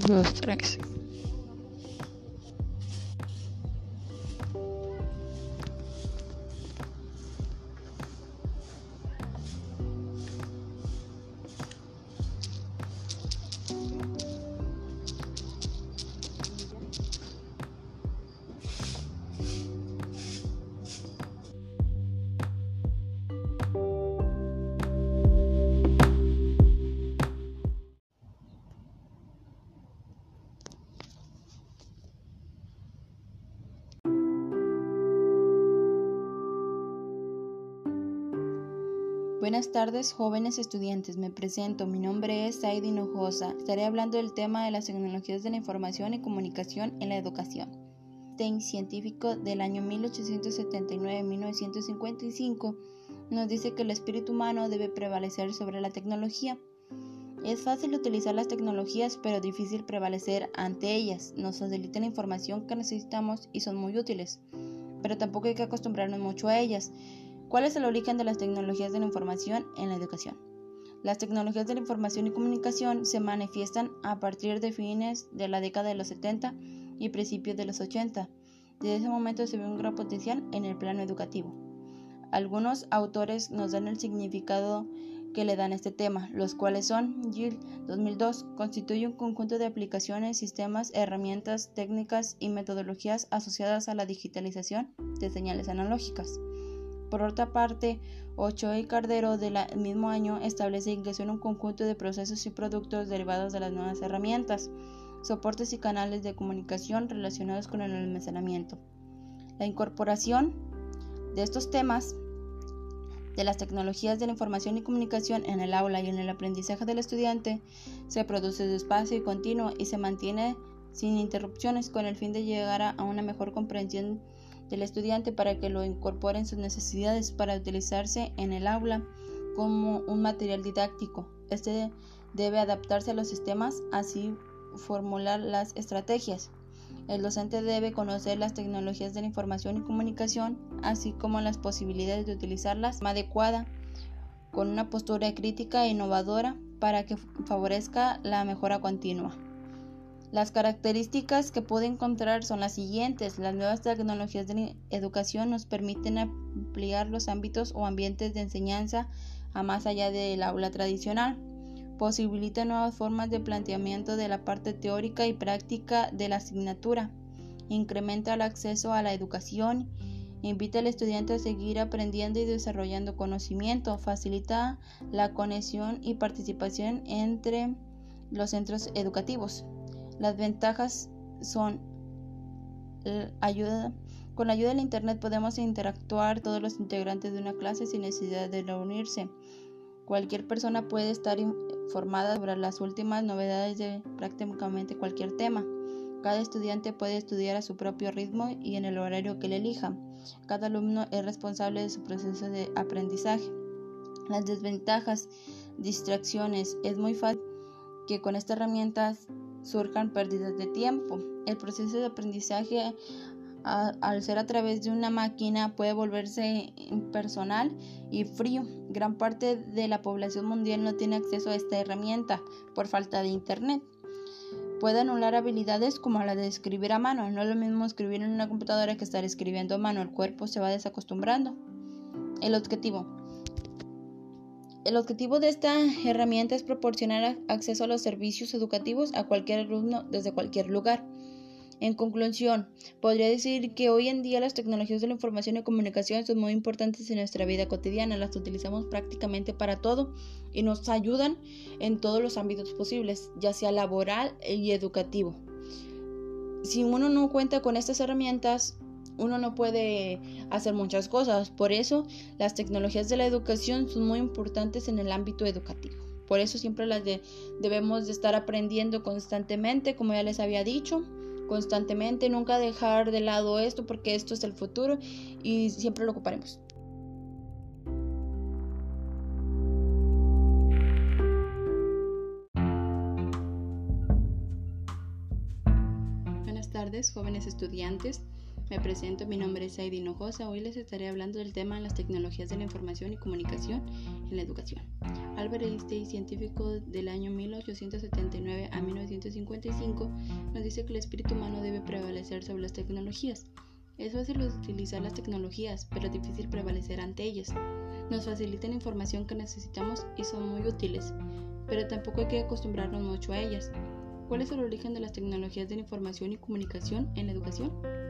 2, 3. Buenas tardes, jóvenes estudiantes. Me presento. Mi nombre es Saidi Hinojosa. Estaré hablando del tema de las tecnologías de la información y comunicación en la educación. Einstein, científico del año 1879-1955, nos dice que el espíritu humano debe prevalecer sobre la tecnología. Es fácil utilizar las tecnologías, pero difícil prevalecer ante ellas. Nos facilitan la información que necesitamos y son muy útiles, pero tampoco hay que acostumbrarnos mucho a ellas. ¿Cuál es el origen de las tecnologías de la información en la educación? Las tecnologías de la información y comunicación se manifiestan a partir de fines de la década de los 70 y principios de los 80. Desde ese momento se ve un gran potencial en el plano educativo. Algunos autores nos dan el significado que le dan a este tema, los cuales son Gill, 2002, constituye un conjunto de aplicaciones, sistemas, herramientas, técnicas y metodologías asociadas a la digitalización de señales analógicas. Por otra parte, Ochoa y Cardero del mismo año establece que son un conjunto de procesos y productos derivados de las nuevas herramientas, soportes y canales de comunicación relacionados con el almacenamiento. La incorporación de estos temas de las tecnologías de la información y comunicación en el aula y en el aprendizaje del estudiante se produce despacio y continuo y se mantiene sin interrupciones con el fin de llegar a una mejor comprensión del estudiante para que lo incorpore en sus necesidades para utilizarse en el aula como un material didáctico. Este debe adaptarse a los sistemas, así formular las estrategias. El docente debe conocer las tecnologías de la información y comunicación, así como las posibilidades de utilizarlas de forma adecuada, con una postura crítica e innovadora para que favorezca la mejora continua. Las características que puede encontrar son las siguientes. Las nuevas tecnologías de la educación nos permiten ampliar los ámbitos o ambientes de enseñanza a más allá del aula tradicional. Posibilitan nuevas formas de planteamiento de la parte teórica y práctica de la asignatura. Incrementa el acceso a la educación. Invita al estudiante a seguir aprendiendo y desarrollando conocimiento. Facilita la conexión y participación entre los centros educativos. Las ventajas son con la ayuda del internet podemos interactuar todos los integrantes de una clase sin necesidad de reunirse. Cualquier persona puede estar informada sobre las últimas novedades de prácticamente cualquier tema. Cada estudiante puede estudiar a su propio ritmo y en el horario que le elija. Cada alumno es responsable de su proceso de aprendizaje. Las desventajas, distracciones. Es muy fácil que con estas herramientas surjan pérdidas de tiempo. El proceso de aprendizaje, al ser a través de una máquina, puede volverse impersonal y frío. Gran parte de la población mundial no tiene acceso a esta herramienta por falta de internet. Puede anular habilidades como la de escribir a mano. No es lo mismo escribir en una computadora que estar escribiendo a mano. El cuerpo se va desacostumbrando. El objetivo de esta herramienta es proporcionar acceso a los servicios educativos a cualquier alumno desde cualquier lugar. En conclusión, podría decir que hoy en día las tecnologías de la información y comunicación son muy importantes en nuestra vida cotidiana. Las utilizamos prácticamente para todo y nos ayudan en todos los ámbitos posibles, ya sea laboral y educativo. Si uno no cuenta con estas herramientas, uno no puede hacer muchas cosas. Por eso, las tecnologías de la educación son muy importantes en el ámbito educativo. Por eso siempre las debemos de estar aprendiendo constantemente, como ya les había dicho, constantemente, nunca dejar de lado esto porque esto es el futuro y siempre lo ocuparemos. Buenas tardes, jóvenes estudiantes. Me presento, mi nombre es Heidi Hinojosa. Hoy les estaré hablando del tema de las tecnologías de la información y comunicación en la educación. Albert Einstein, científico del año 1879 a 1955, nos dice que el espíritu humano debe prevalecer sobre las tecnologías. Es fácil utilizar las tecnologías, pero difícil prevalecer ante ellas. Nos facilitan información que necesitamos y son muy útiles, pero tampoco hay que acostumbrarnos mucho a ellas. ¿Cuál es el origen de las tecnologías de la información y comunicación en la educación?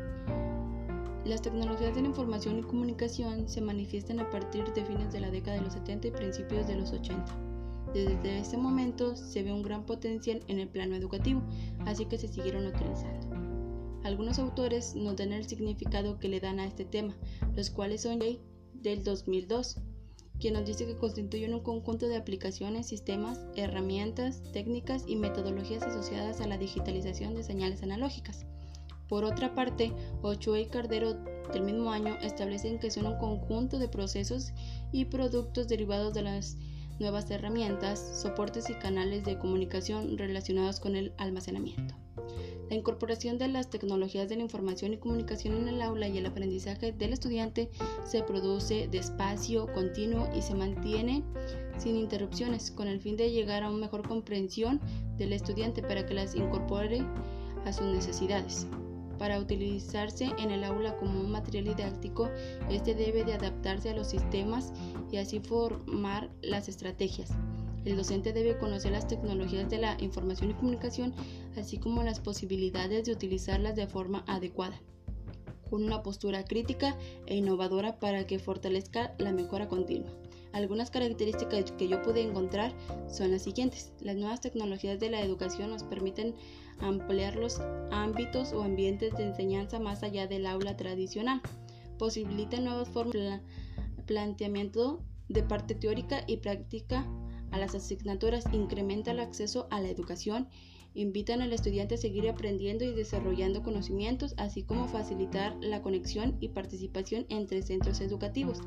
Las tecnologías de la información y comunicación se manifiestan a partir de fines de la década de los 70 y principios de los 80. Desde ese momento se ve un gran potencial en el plano educativo, así que se siguieron utilizando. Algunos autores nos dan el significado que le dan a este tema, los cuales son Jay del 2002, quien nos dice que constituyen un conjunto de aplicaciones, sistemas, herramientas, técnicas y metodologías asociadas a la digitalización de señales analógicas. Por otra parte, Ochoa y Cardero del mismo año establecen que son un conjunto de procesos y productos derivados de las nuevas herramientas, soportes y canales de comunicación relacionados con el almacenamiento. La incorporación de las tecnologías de la información y comunicación en el aula y el aprendizaje del estudiante se produce despacio, continuo y se mantiene sin interrupciones, con el fin de llegar a una mejor comprensión del estudiante para que las incorpore a sus necesidades. Para utilizarse en el aula como un material didáctico, este debe de adaptarse a los sistemas y así formar las estrategias. El docente debe conocer las tecnologías de la información y comunicación, así como las posibilidades de utilizarlas de forma adecuada, con una postura crítica e innovadora para que fortalezca la mejora continua. Algunas características que yo pude encontrar son las siguientes. Las nuevas tecnologías de la educación nos permiten ampliar los ámbitos o ambientes de enseñanza más allá del aula tradicional. Posibilitan nuevas formas de planteamiento de parte teórica y práctica a las asignaturas, incrementa el acceso a la educación, invitan al estudiante a seguir aprendiendo y desarrollando conocimientos, así como facilitar la conexión y participación entre centros educativos.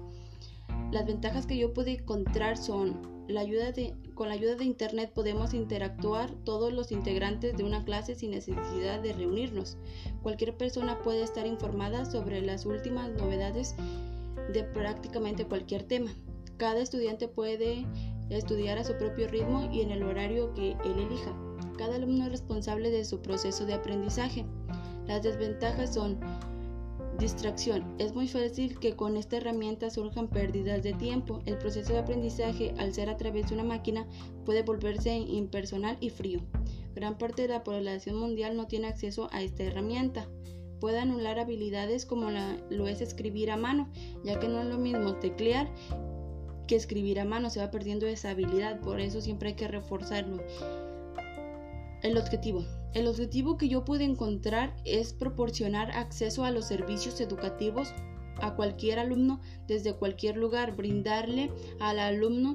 Las ventajas que yo pude encontrar son con la ayuda de Internet podemos interactuar todos los integrantes de una clase sin necesidad de reunirnos. Cualquier persona puede estar informada sobre las últimas novedades de prácticamente cualquier tema. Cada estudiante puede estudiar a su propio ritmo y en el horario que él elija. Cada alumno es responsable de su proceso de aprendizaje. Las desventajas son distracción. Es muy fácil que con esta herramienta surjan pérdidas de tiempo. El proceso de aprendizaje, al ser a través de una máquina, puede volverse impersonal y frío. Gran parte de la población mundial no tiene acceso a esta herramienta. Puede anular habilidades como lo es escribir a mano, ya que no es lo mismo teclear que escribir a mano. Se va perdiendo esa habilidad, por eso siempre hay que reforzarlo. El objetivo que yo pude encontrar es proporcionar acceso a los servicios educativos a cualquier alumno desde cualquier lugar, brindarle al alumno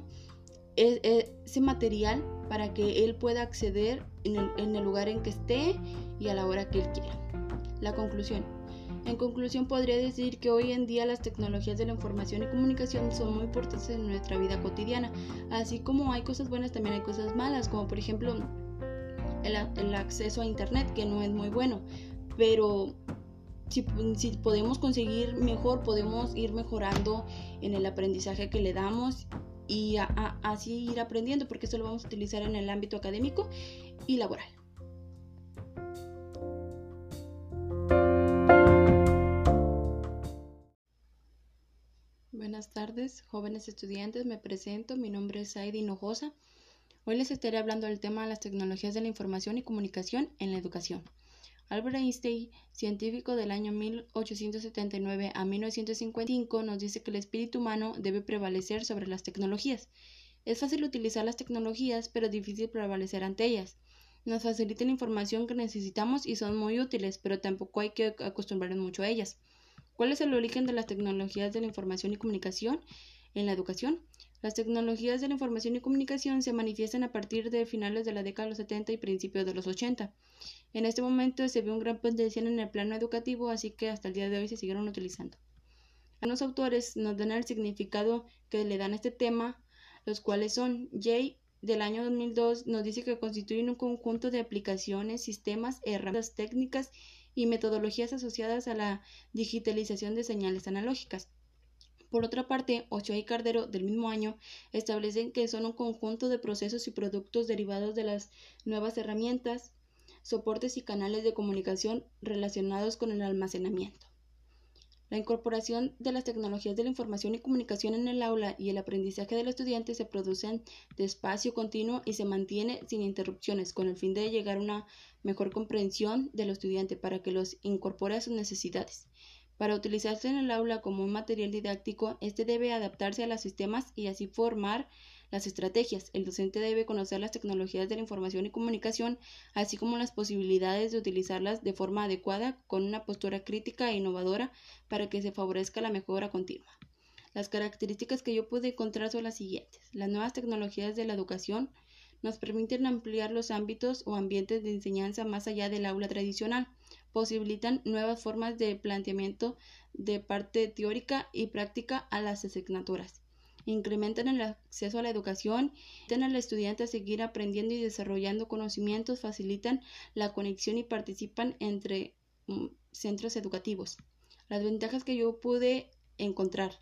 ese material para que él pueda acceder en el lugar en que esté y a la hora que él quiera. La conclusión. En conclusión, podría decir que hoy en día las tecnologías de la información y comunicación son muy importantes en nuestra vida cotidiana. Así como hay cosas buenas, también hay cosas malas, como por ejemplo el acceso a Internet, que no es muy bueno, pero si podemos conseguir mejor, podemos ir mejorando en el aprendizaje que le damos y así ir aprendiendo, porque esto lo vamos a utilizar en el ámbito académico y laboral. Buenas tardes, jóvenes estudiantes, me presento, mi nombre es Heidi Hinojosa. Hoy les estaré hablando del tema de las tecnologías de la información y comunicación en la educación. Albert Einstein, científico del año 1879 a 1955, nos dice que el espíritu humano debe prevalecer sobre las tecnologías. Es fácil utilizar las tecnologías, pero difícil prevalecer ante ellas. Nos facilitan la información que necesitamos y son muy útiles, pero tampoco hay que acostumbrarnos mucho a ellas. ¿Cuál es el origen de las tecnologías de la información y comunicación en la educación? Las tecnologías de la información y comunicación se manifiestan a partir de finales de la década de los 70 y principios de los 80. En este momento se ve un gran potencial en el plano educativo, así que hasta el día de hoy se siguieron utilizando. Algunos autores nos dan el significado que le dan a este tema, los cuales son Jay del año 2002 nos dice que constituyen un conjunto de aplicaciones, sistemas, herramientas técnicas y metodologías asociadas a la digitalización de señales analógicas. Por otra parte, Ochoa y Cardero, del mismo año, establecen que son un conjunto de procesos y productos derivados de las nuevas herramientas, soportes y canales de comunicación relacionados con el almacenamiento. La incorporación de las tecnologías de la información y comunicación en el aula y el aprendizaje del estudiante se producen de espacio continuo y se mantiene sin interrupciones, con el fin de llegar a una mejor comprensión del estudiante para que los incorpore a sus necesidades. Para utilizarse en el aula como un material didáctico, este debe adaptarse a los sistemas y así formar las estrategias. El docente debe conocer las tecnologías de la información y comunicación, así como las posibilidades de utilizarlas de forma adecuada con una postura crítica e innovadora para que se favorezca la mejora continua. Las características que yo pude encontrar son las siguientes. Las nuevas tecnologías de la educación nos permiten ampliar los ámbitos o ambientes de enseñanza más allá del aula tradicional, posibilitan nuevas formas de planteamiento de parte teórica y práctica a las asignaturas, incrementan el acceso a la educación, invitan al estudiante a seguir aprendiendo y desarrollando conocimientos, facilitan la conexión y participan entre centros educativos. Las ventajas que yo pude encontrar: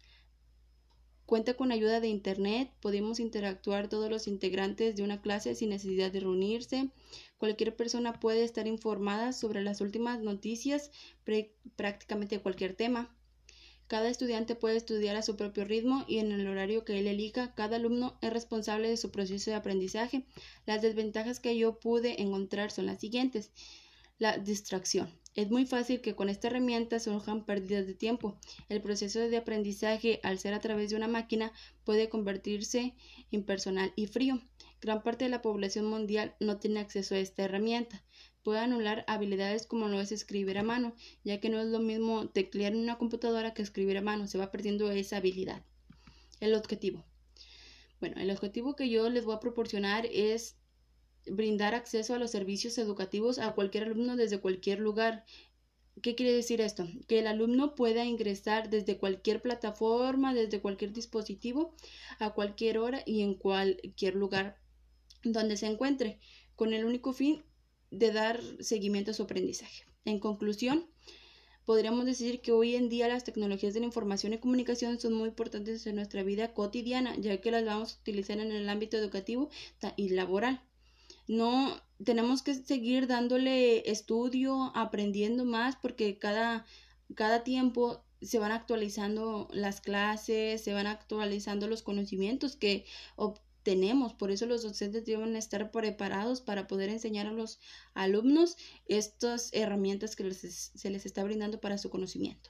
cuenta con ayuda de internet, podemos interactuar todos los integrantes de una clase sin necesidad de reunirse, cualquier persona puede estar informada sobre las últimas noticias prácticamente de cualquier tema. Cada estudiante puede estudiar a su propio ritmo y en el horario que él elija. Cada alumno es responsable de su proceso de aprendizaje. Las desventajas que yo pude encontrar son las siguientes. La distracción. Es muy fácil que con esta herramienta surjan pérdidas de tiempo. El proceso de aprendizaje, al ser a través de una máquina, puede convertirse impersonal y frío. Gran parte de la población mundial no tiene acceso a esta herramienta. Puede anular habilidades como lo es escribir a mano, ya que no es lo mismo teclear en una computadora que escribir a mano, se va perdiendo esa habilidad. El objetivo. Bueno, el objetivo que yo les voy a proporcionar es brindar acceso a los servicios educativos a cualquier alumno desde cualquier lugar. ¿Qué quiere decir esto? Que el alumno pueda ingresar desde cualquier plataforma, desde cualquier dispositivo, a cualquier hora y en cualquier lugar donde se encuentre, con el único fin de dar seguimiento a su aprendizaje. En conclusión, podríamos decir que hoy en día las tecnologías de la información y comunicación son muy importantes en nuestra vida cotidiana, ya que las vamos a utilizar en el ámbito educativo y laboral. No tenemos que seguir dándole estudio, aprendiendo más, porque cada tiempo se van actualizando las clases, se van actualizando los conocimientos que obtenemos. Por eso los docentes deben estar preparados para poder enseñar a los alumnos estas herramientas que se les está brindando para su conocimiento.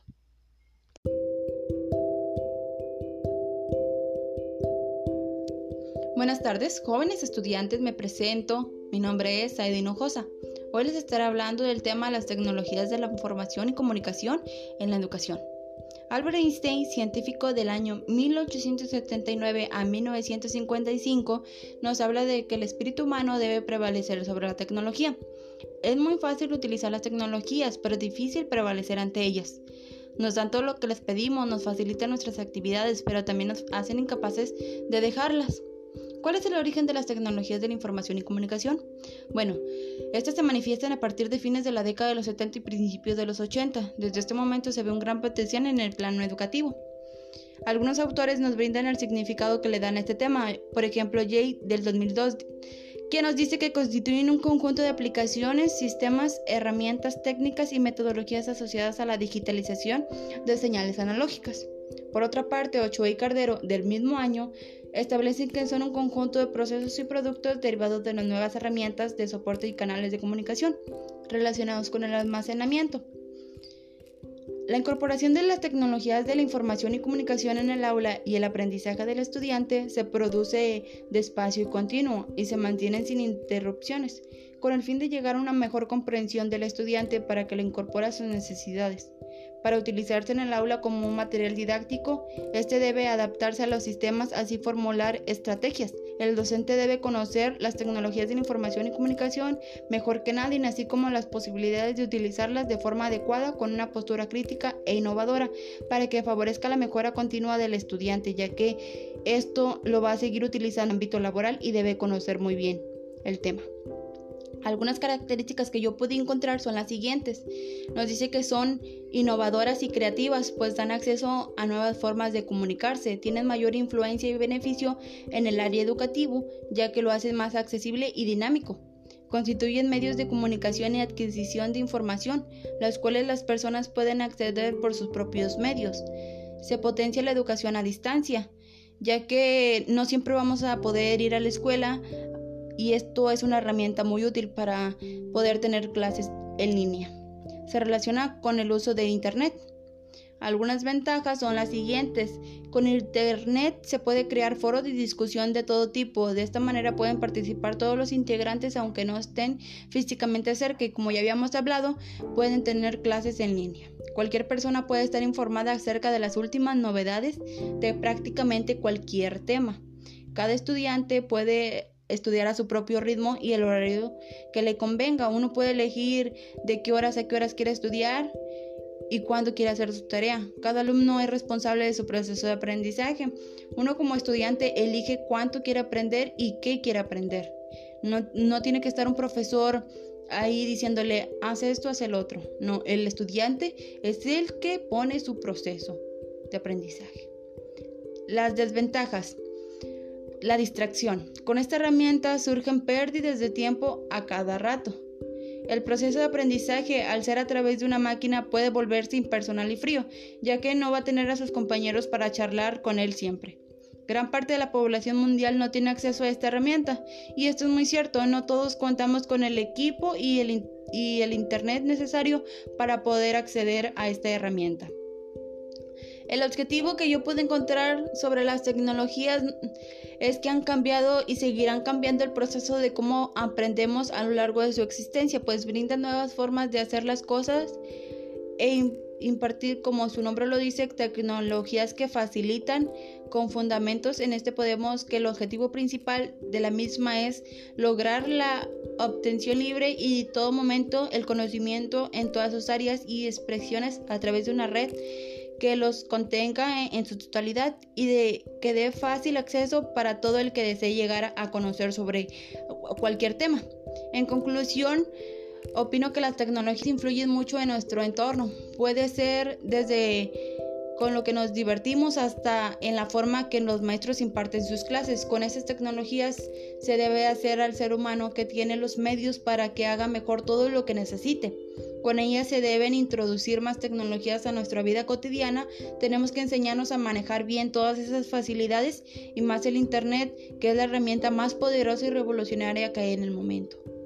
Buenas tardes, jóvenes estudiantes, me presento. Mi nombre es Aida Hinojosa. Hoy les estaré hablando del tema de las tecnologías de la información y comunicación en la educación. Albert Einstein, científico del año 1879 a 1955, nos habla de que el espíritu humano debe prevalecer sobre la tecnología. Es muy fácil utilizar las tecnologías, pero es difícil prevalecer ante ellas. Nos dan todo lo que les pedimos, nos facilitan nuestras actividades, pero también nos hacen incapaces de dejarlas. ¿Cuál es el origen de las tecnologías de la información y comunicación? Bueno, estas se manifiestan a partir de fines de la década de los 70 y principios de los 80. Desde este momento se ve un gran potencial en el plano educativo. Algunos autores nos brindan el significado que le dan a este tema, por ejemplo, Jay del 2002, que nos dice que constituyen un conjunto de aplicaciones, sistemas, herramientas, técnicas y metodologías asociadas a la digitalización de señales analógicas. Por otra parte, Ochoa y Cardero, del mismo año, establecen que son un conjunto de procesos y productos derivados de las nuevas herramientas de soporte y canales de comunicación relacionados con el almacenamiento. La incorporación de las tecnologías de la información y comunicación en el aula y el aprendizaje del estudiante se produce despacio y continuo y se mantienen sin interrupciones, con el fin de llegar a una mejor comprensión del estudiante para que lo incorpore a sus necesidades. Para utilizarse en el aula como un material didáctico, este debe adaptarse a los sistemas, así formular estrategias. El docente debe conocer las tecnologías de la información y comunicación mejor que nadie, así como las posibilidades de utilizarlas de forma adecuada con una postura crítica e innovadora para que favorezca la mejora continua del estudiante, ya que esto lo va a seguir utilizando en el ámbito laboral y debe conocer muy bien el tema. Algunas características que yo pude encontrar son las siguientes. Nos dice que son innovadoras y creativas, pues dan acceso a nuevas formas de comunicarse, tienen mayor influencia y beneficio en el área educativo, ya que lo hacen más accesible y dinámico. Constituyen medios de comunicación y adquisición de información, los cuales las personas pueden acceder por sus propios medios. Se potencia la educación a distancia, ya que no siempre vamos a poder ir a la escuela, y esto es una herramienta muy útil para poder tener clases en línea. Se relaciona con el uso de Internet. Algunas ventajas son las siguientes. Con Internet se puede crear foros de discusión de todo tipo. De esta manera pueden participar todos los integrantes aunque no estén físicamente cerca, y como ya habíamos hablado, pueden tener clases en línea. Cualquier persona puede estar informada acerca de las últimas novedades de prácticamente cualquier tema. Cada estudiante puede estudiar a su propio ritmo y el horario que le convenga. Uno puede elegir de qué horas a qué horas quiere estudiar y cuándo quiere hacer su tarea. Cada alumno es responsable de su proceso de aprendizaje. Uno como estudiante elige cuánto quiere aprender y qué quiere aprender. No tiene que estar un profesor ahí diciéndole, haz esto, haz el otro. No, el estudiante es el que pone su proceso de aprendizaje. Las desventajas. La distracción. Con esta herramienta surgen pérdidas de tiempo a cada rato. El proceso de aprendizaje, al ser a través de una máquina, puede volverse impersonal y frío, ya que no va a tener a sus compañeros para charlar con él siempre. Gran parte de la población mundial no tiene acceso a esta herramienta, y esto es muy cierto, no todos contamos con el equipo y el internet necesario para poder acceder a esta herramienta. El objetivo que yo pude encontrar sobre las tecnologías es que han cambiado y seguirán cambiando el proceso de cómo aprendemos a lo largo de su existencia, pues brindan nuevas formas de hacer las cosas e impartir, como su nombre lo dice, tecnologías que facilitan con fundamentos. En este podemos que el objetivo principal de la misma es lograr la obtención libre y en todo momento el conocimiento en todas sus áreas y expresiones a través de una red que los contenga en su totalidad y que dé fácil acceso para todo el que desee llegar a conocer sobre cualquier tema. En conclusión, opino que las tecnologías influyen mucho en nuestro entorno. Puede ser desde con lo que nos divertimos hasta en la forma que los maestros imparten sus clases. Con estas tecnologías se debe hacer al ser humano que tiene los medios para que haga mejor todo lo que necesite. Con ellas se deben introducir más tecnologías a nuestra vida cotidiana. Tenemos que enseñarnos a manejar bien todas esas facilidades y más el Internet, que es la herramienta más poderosa y revolucionaria que hay en el momento.